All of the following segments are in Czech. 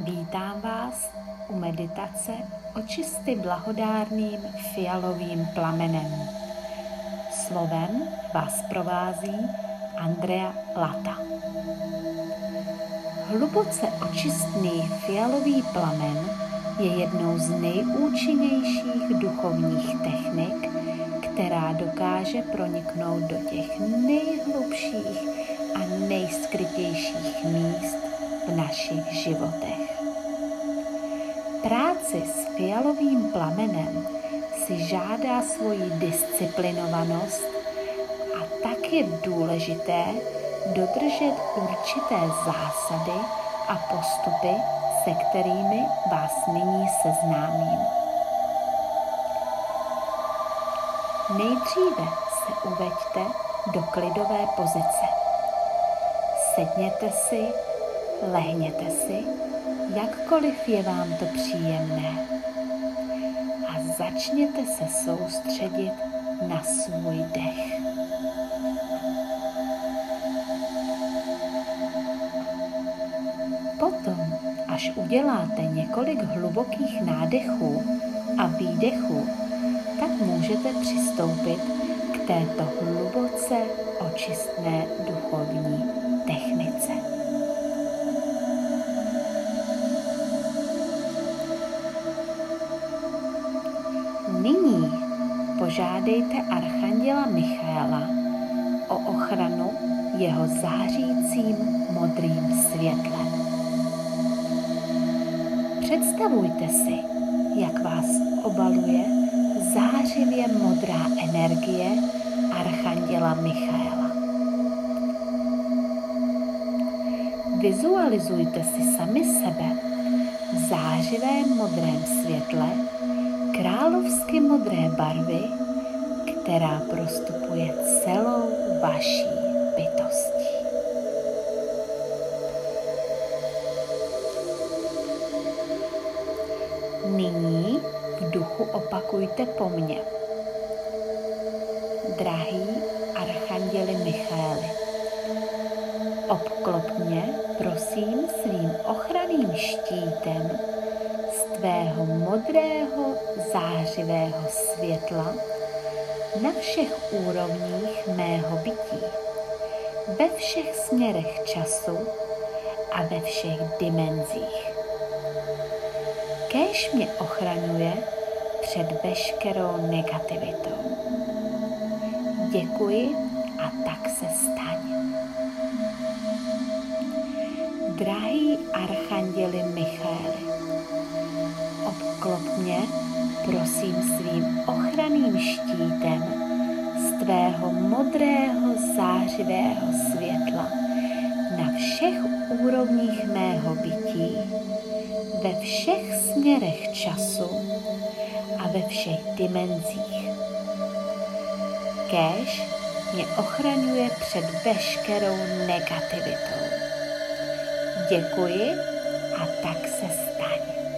Vítám vás u meditace očisty blahodárným fialovým plamenem. Slovem vás provází Andrea Lata. Hluboce očistný fialový plamen je jednou z nejúčinnějších duchovních technik, která dokáže proniknout do těch nejhlubších a nejskrytějších míst v našich životech. Práci s fialovým plamenem si žádá svoji disciplinovanost a tak je důležité dodržet určité zásady a postupy, se kterými vás nyní seznámím. Nejdříve se uveďte do klidové pozice. Sedněte si, lehněte si, jakkoliv je vám to příjemné. A začněte se soustředit na svůj dech. Potom, až uděláte několik hlubokých nádechů a výdechů, tak můžete přistoupit k této hluboce očistné duchovní technice. Nyní požádejte archanděla Michaela o ochranu jeho zářícím modrým světlem. Představujte si, jak vás obaluje zářivě modrá energie archanděla Michaela. Vizualizujte si sami sebe v zářivém modrém světle královsky modré barvy, která prostupuje celou vaší bytostí. Nyní v duchu opakujte po mně. Drahý archanděli Michaeli, obklop mě, prosím, svým ochranným štítem z tvého modrého zářivého světla na všech úrovních mého bytí, ve všech směrech času a ve všech dimenzích. Kéž mě ochraňuje před veškerou negativitou. Děkuji a tak se staň. Drahý archanděli Michaeli, obklop mě, prosím, svým ochranným štítem z tvého modrého zářivého světla na všech úrovních mého bytí, ve všech směrech času a ve všech dimenzích. Kéž mě ochraňuje před veškerou negativitou. Děkuji a tak se staň.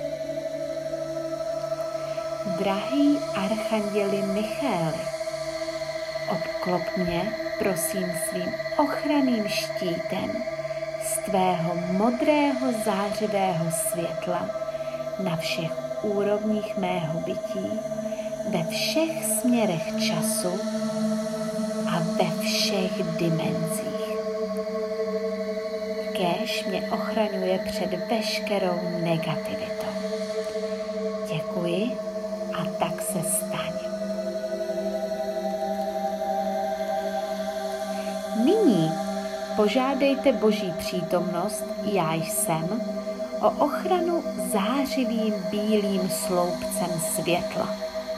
Drahý archanděli Michaeli, obklop mě, prosím, svým ochranným štítem z tvého modrého zářivého světla na všech úrovních mého bytí, ve všech směrech času a ve všech dimenzích. Kéž mě ochraňuje před veškerou negativitou. Děkuji a tak se staň. Nyní požádejte Boží přítomnost, já jsem, o ochranu zářivým bílým sloupcem světla.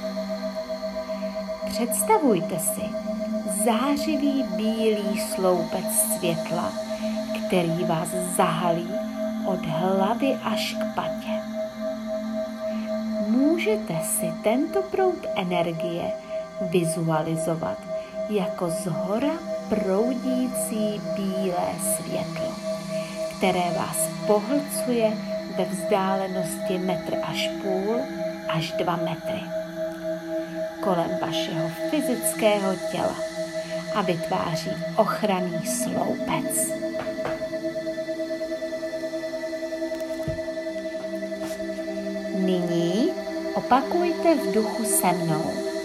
Představujte si zářivý bílý sloupec světla, který vás zahalí od hlavy až k patě. Můžete si tento proud energie vizualizovat jako zhora proudící bílé světlo, které vás pohlcuje ve vzdálenosti 1,5 až 2 metry kolem vašeho fyzického těla a vytváří ochranný sloupec. Opakujte v duchu se mnou.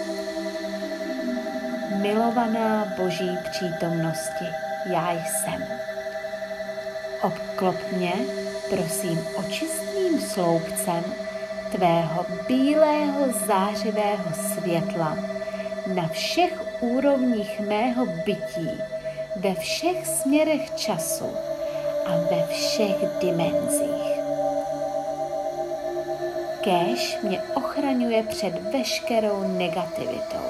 Milovaná Boží přítomnosti, já jsem. Obklop mě, prosím, očistným sloupcem tvého bílého zářivého světla na všech úrovních mého bytí, ve všech směrech času a ve všech dimenzích. Kéž mě ochraňuje před veškerou negativitou.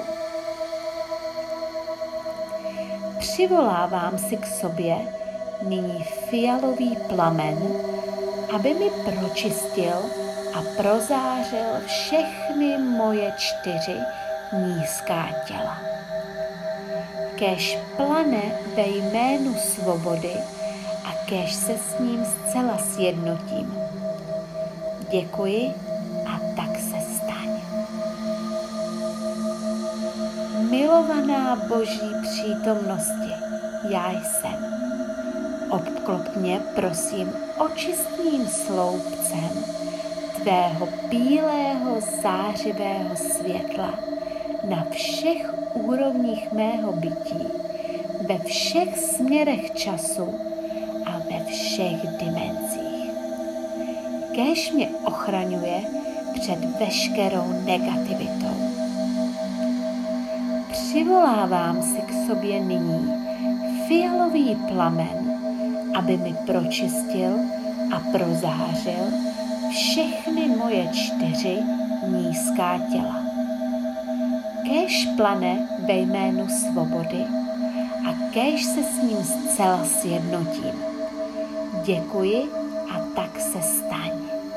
Přivolávám si k sobě nyní fialový plamen, aby mi pročistil a prozářil všechny moje 4 nízká těla. Kéž plane ve jménu svobody a kéž se s ním zcela sjednotím. Děkuji a tak se staň. Milovaná Boží přítomnosti, já jsem. Obklop mě, prosím, očistným sloupcem tvého bílého zářivého světla na všech úrovních mého bytí, ve všech směrech času a ve všech dimenzích. Kéž mě ochraňuje před veškerou negativitou. Přivolávám si k sobě nyní fialový plamen, aby mi pročistil a prozářil všechny moje 4 nízká těla. Kéž plane ve jménu svobody a kéž se s ním zcela sjednotím. Děkuji a tak se staň.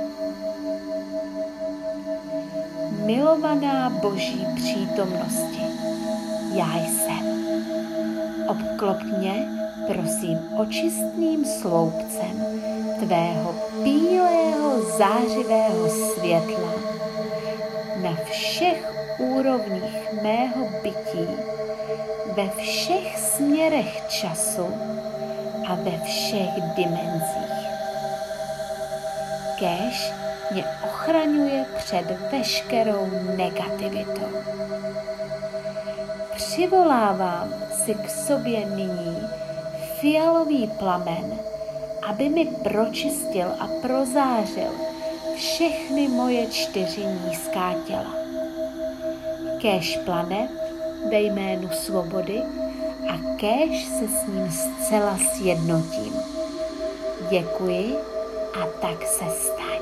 Milovaná Boží přítomnosti, já jsem. Obklop mě, prosím, očistným sloupcem tvého bílého zářivého světla na všech úrovních mého bytí, ve všech směrech času a ve všech dimenzích. Kéž mě ochraňuje před veškerou negativitou. Přivolávám si k sobě nyní fialový plamen, aby mi pročistil a prozářil všechny moje 4 nízká těla. Kéž plane ve jménu svobody a kéž se s ním zcela sjednotím. Děkuji a tak se staň.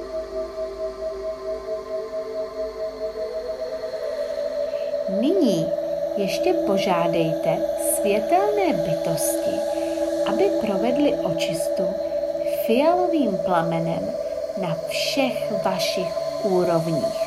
Nyní ještě požádejte světelné bytosti, aby provedli očistu fialovým plamenem na všech vašich úrovních.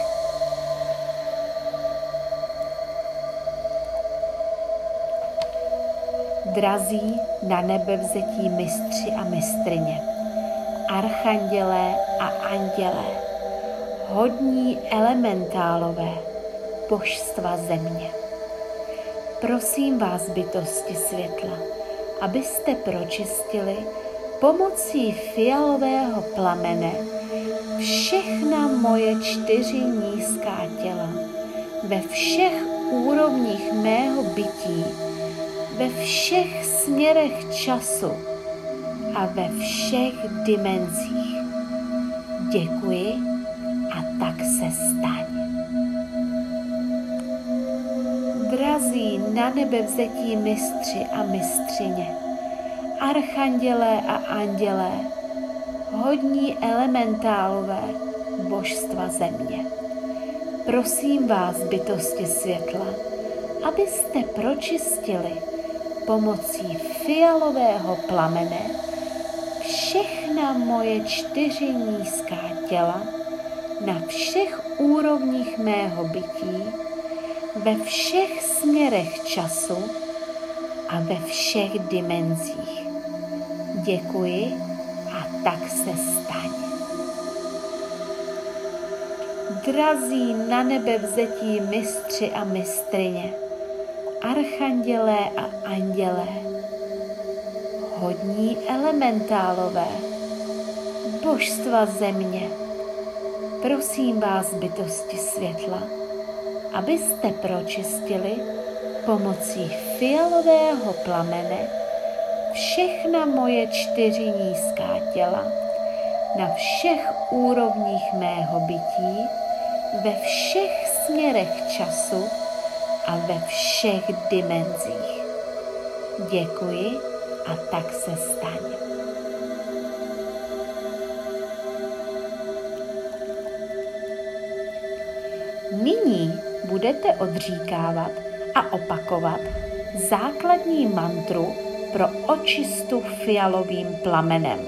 Drazí na nebevzetí mistři a mistryně, archandělé a andělé, hodní elementálové, božstva země. Prosím vás, bytosti světla, abyste pročistili pomocí fialového plamene všechna moje 4 nízká těla ve všech úrovních mého bytí, ve všech směrech času a ve všech dimenzích. Děkuji a tak se staň. Drazí na nebevzetí mistři a mistřině, archandělé a andělé, hodní elementálové, božstva země. Prosím vás, bytosti světla, abyste pročistili pomocí fialového plamene všechna moje 4 nízká těla na všech úrovních mého bytí, ve všech směrech času a ve všech dimenzích. Děkuji a tak se staň. Drazí na nebevzetí mistři a mistryně, archandělé a andělé, hodní elementálové, božstva země, prosím vás, bytosti světla, abyste pročistili pomocí fialového plamene všechna moje 4 nízká těla na všech úrovních mého bytí, ve všech směrech času a ve všech dimenzích. Děkuji a tak se staň. Nyní budete odříkávat a opakovat základní mantru pro očistu fialovým plamenem.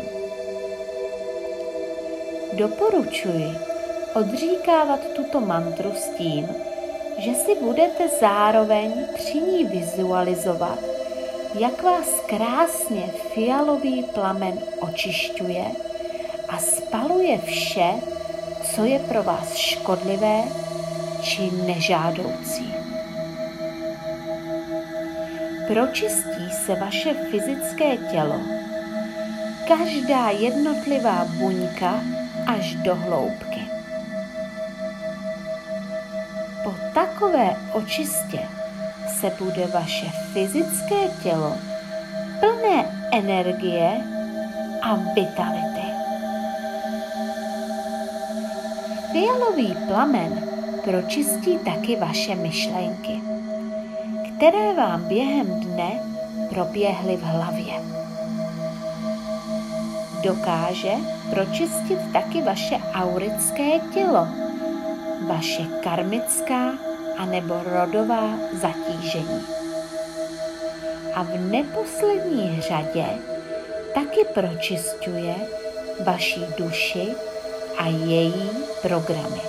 Doporučuji odříkávat tuto mantru s tím, že si budete zároveň při ní vizualizovat, jak vás krásně fialový plamen očišťuje a spaluje vše, co je pro vás škodlivé či nežádoucí. Pročistí se vaše fyzické tělo, každá jednotlivá buňka až do hloubky. Po takové očistě se bude vaše fyzické tělo plné energie a vitality. Fialový plamen pročistí taky vaše myšlenky, které vám během dne proběhly v hlavě. Dokáže pročistit taky vaše aurické tělo, vaše karmická anebo rodová zatížení. A v neposlední řadě taky pročisťuje vaši duši a její programy.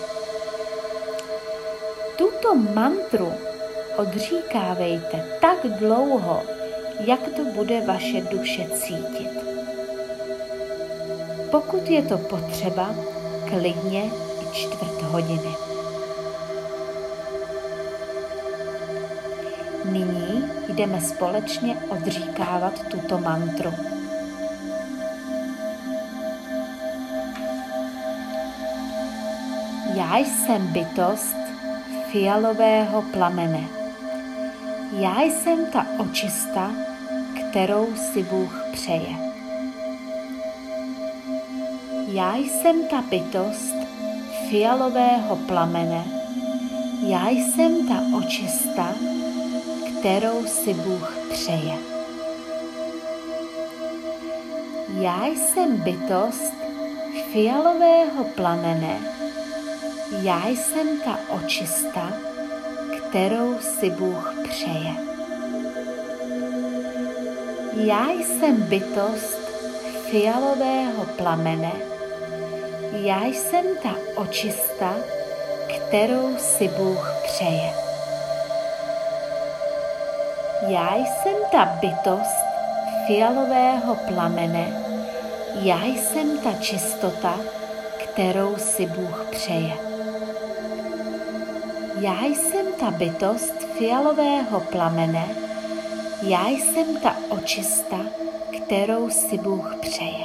Tuto mantru odříkávejte tak dlouho, jak to bude vaše duše cítit. Pokud je to potřeba, klidně i 1/4 hodiny. Nyní jdeme společně odříkávat tuto mantru. Já jsem bytost fialového plamene. Já jsem ta očista, kterou si Bůh přeje. Já jsem ta bytost fialového plamene. Já jsem ta očista, kterou si Bůh přeje. Já jsem bytost fialového plamene. Já jsem ta očista, kterou si Bůh přeje. Já jsem bytost fialového plamene. Já jsem ta očista, kterou si Bůh přeje. Já jsem ta bytost fialového plamene. Já jsem ta čistota, kterou si Bůh přeje. Já jsem ta bytost fialového plamene. Já jsem ta očista, kterou si Bůh přeje.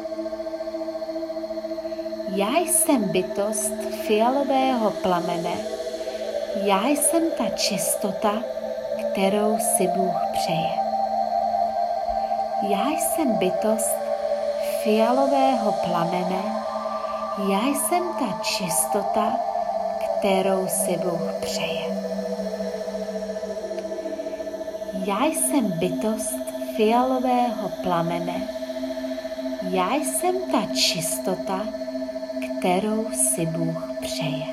Já jsem bytost fialového plamene. Já jsem ta čistota, kterou si Bůh přeje. Já jsem bytost fialového plamene. Já jsem ta čistota, kterou si Bůh přeje. Já jsem bytost fialového plamene. Já jsem ta čistota, kterou si Bůh přeje.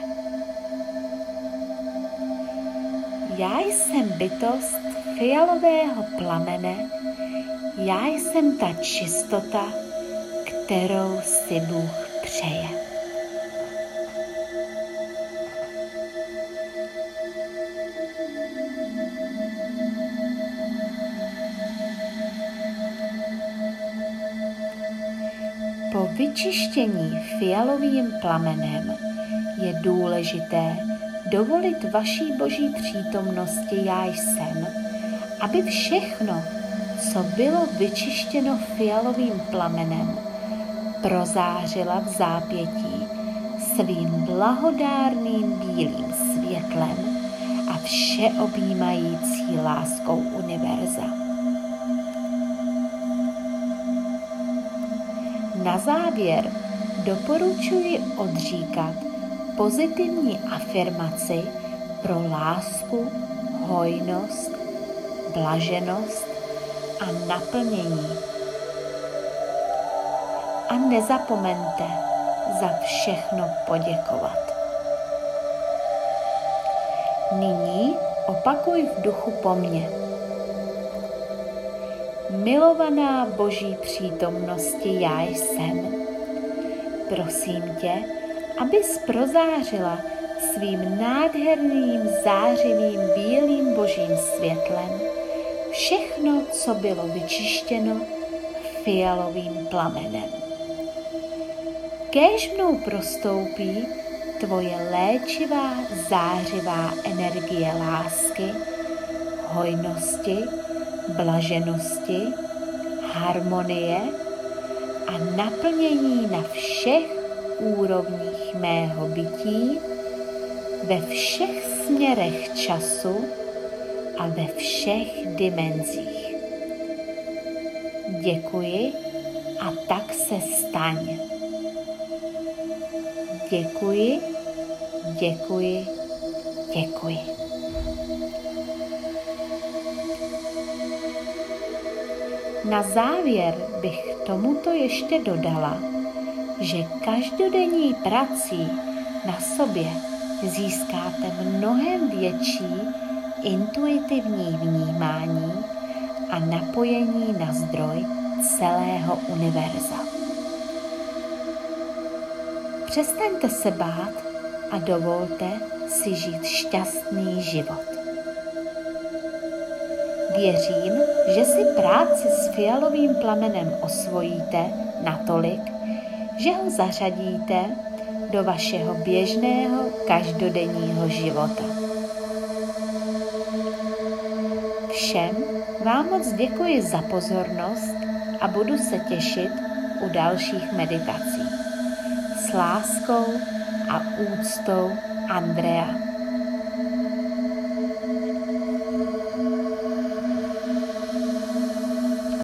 Já jsem bytost fialového plamene. Já jsem ta čistota, kterou si Bůh přeje. Po vyčištění fialovým plamenem je důležité dovolit vaší boží přítomnosti Já jsem, aby všechno, co bylo vyčištěno fialovým plamenem, prozářila v zápětí svým blahodárným bílým světlem a všeobjímající láskou univerza. Na závěr doporučuji odříkat pozitivní afirmaci pro lásku, hojnost, blaženost a naplnění. A nezapomeňte za všechno poděkovat. Nyní opakuj v duchu po mně. Milovaná Boží přítomnosti, já jsem. Prosím tě, abys prozářila svým nádherným, zářivým, bílým Božím světlem všechno, co bylo vyčištěno fialovým plamenem. Kéž mnou prostoupí tvoje léčivá, zářivá energie lásky, hojnosti, blaženosti, harmonie a naplnění na všech úrovních mého bytí, ve všech směrech času a ve všech dimenzích. Děkuji a tak se staň. Děkuji, děkuji, děkuji. Na závěr bych k tomuto ještě dodala, že každodenní prací na sobě získáte mnohem větší intuitivní vnímání a napojení na zdroj celého univerza. Přestaňte se bát a dovolte si žít šťastný život. Věřím, že si práci s fialovým plamenem osvojíte natolik, že ho zařadíte do vašeho běžného každodenního života. Všem vám moc děkuji za pozornost a budu se těšit u dalších meditací. S láskou a úctou, Andrea.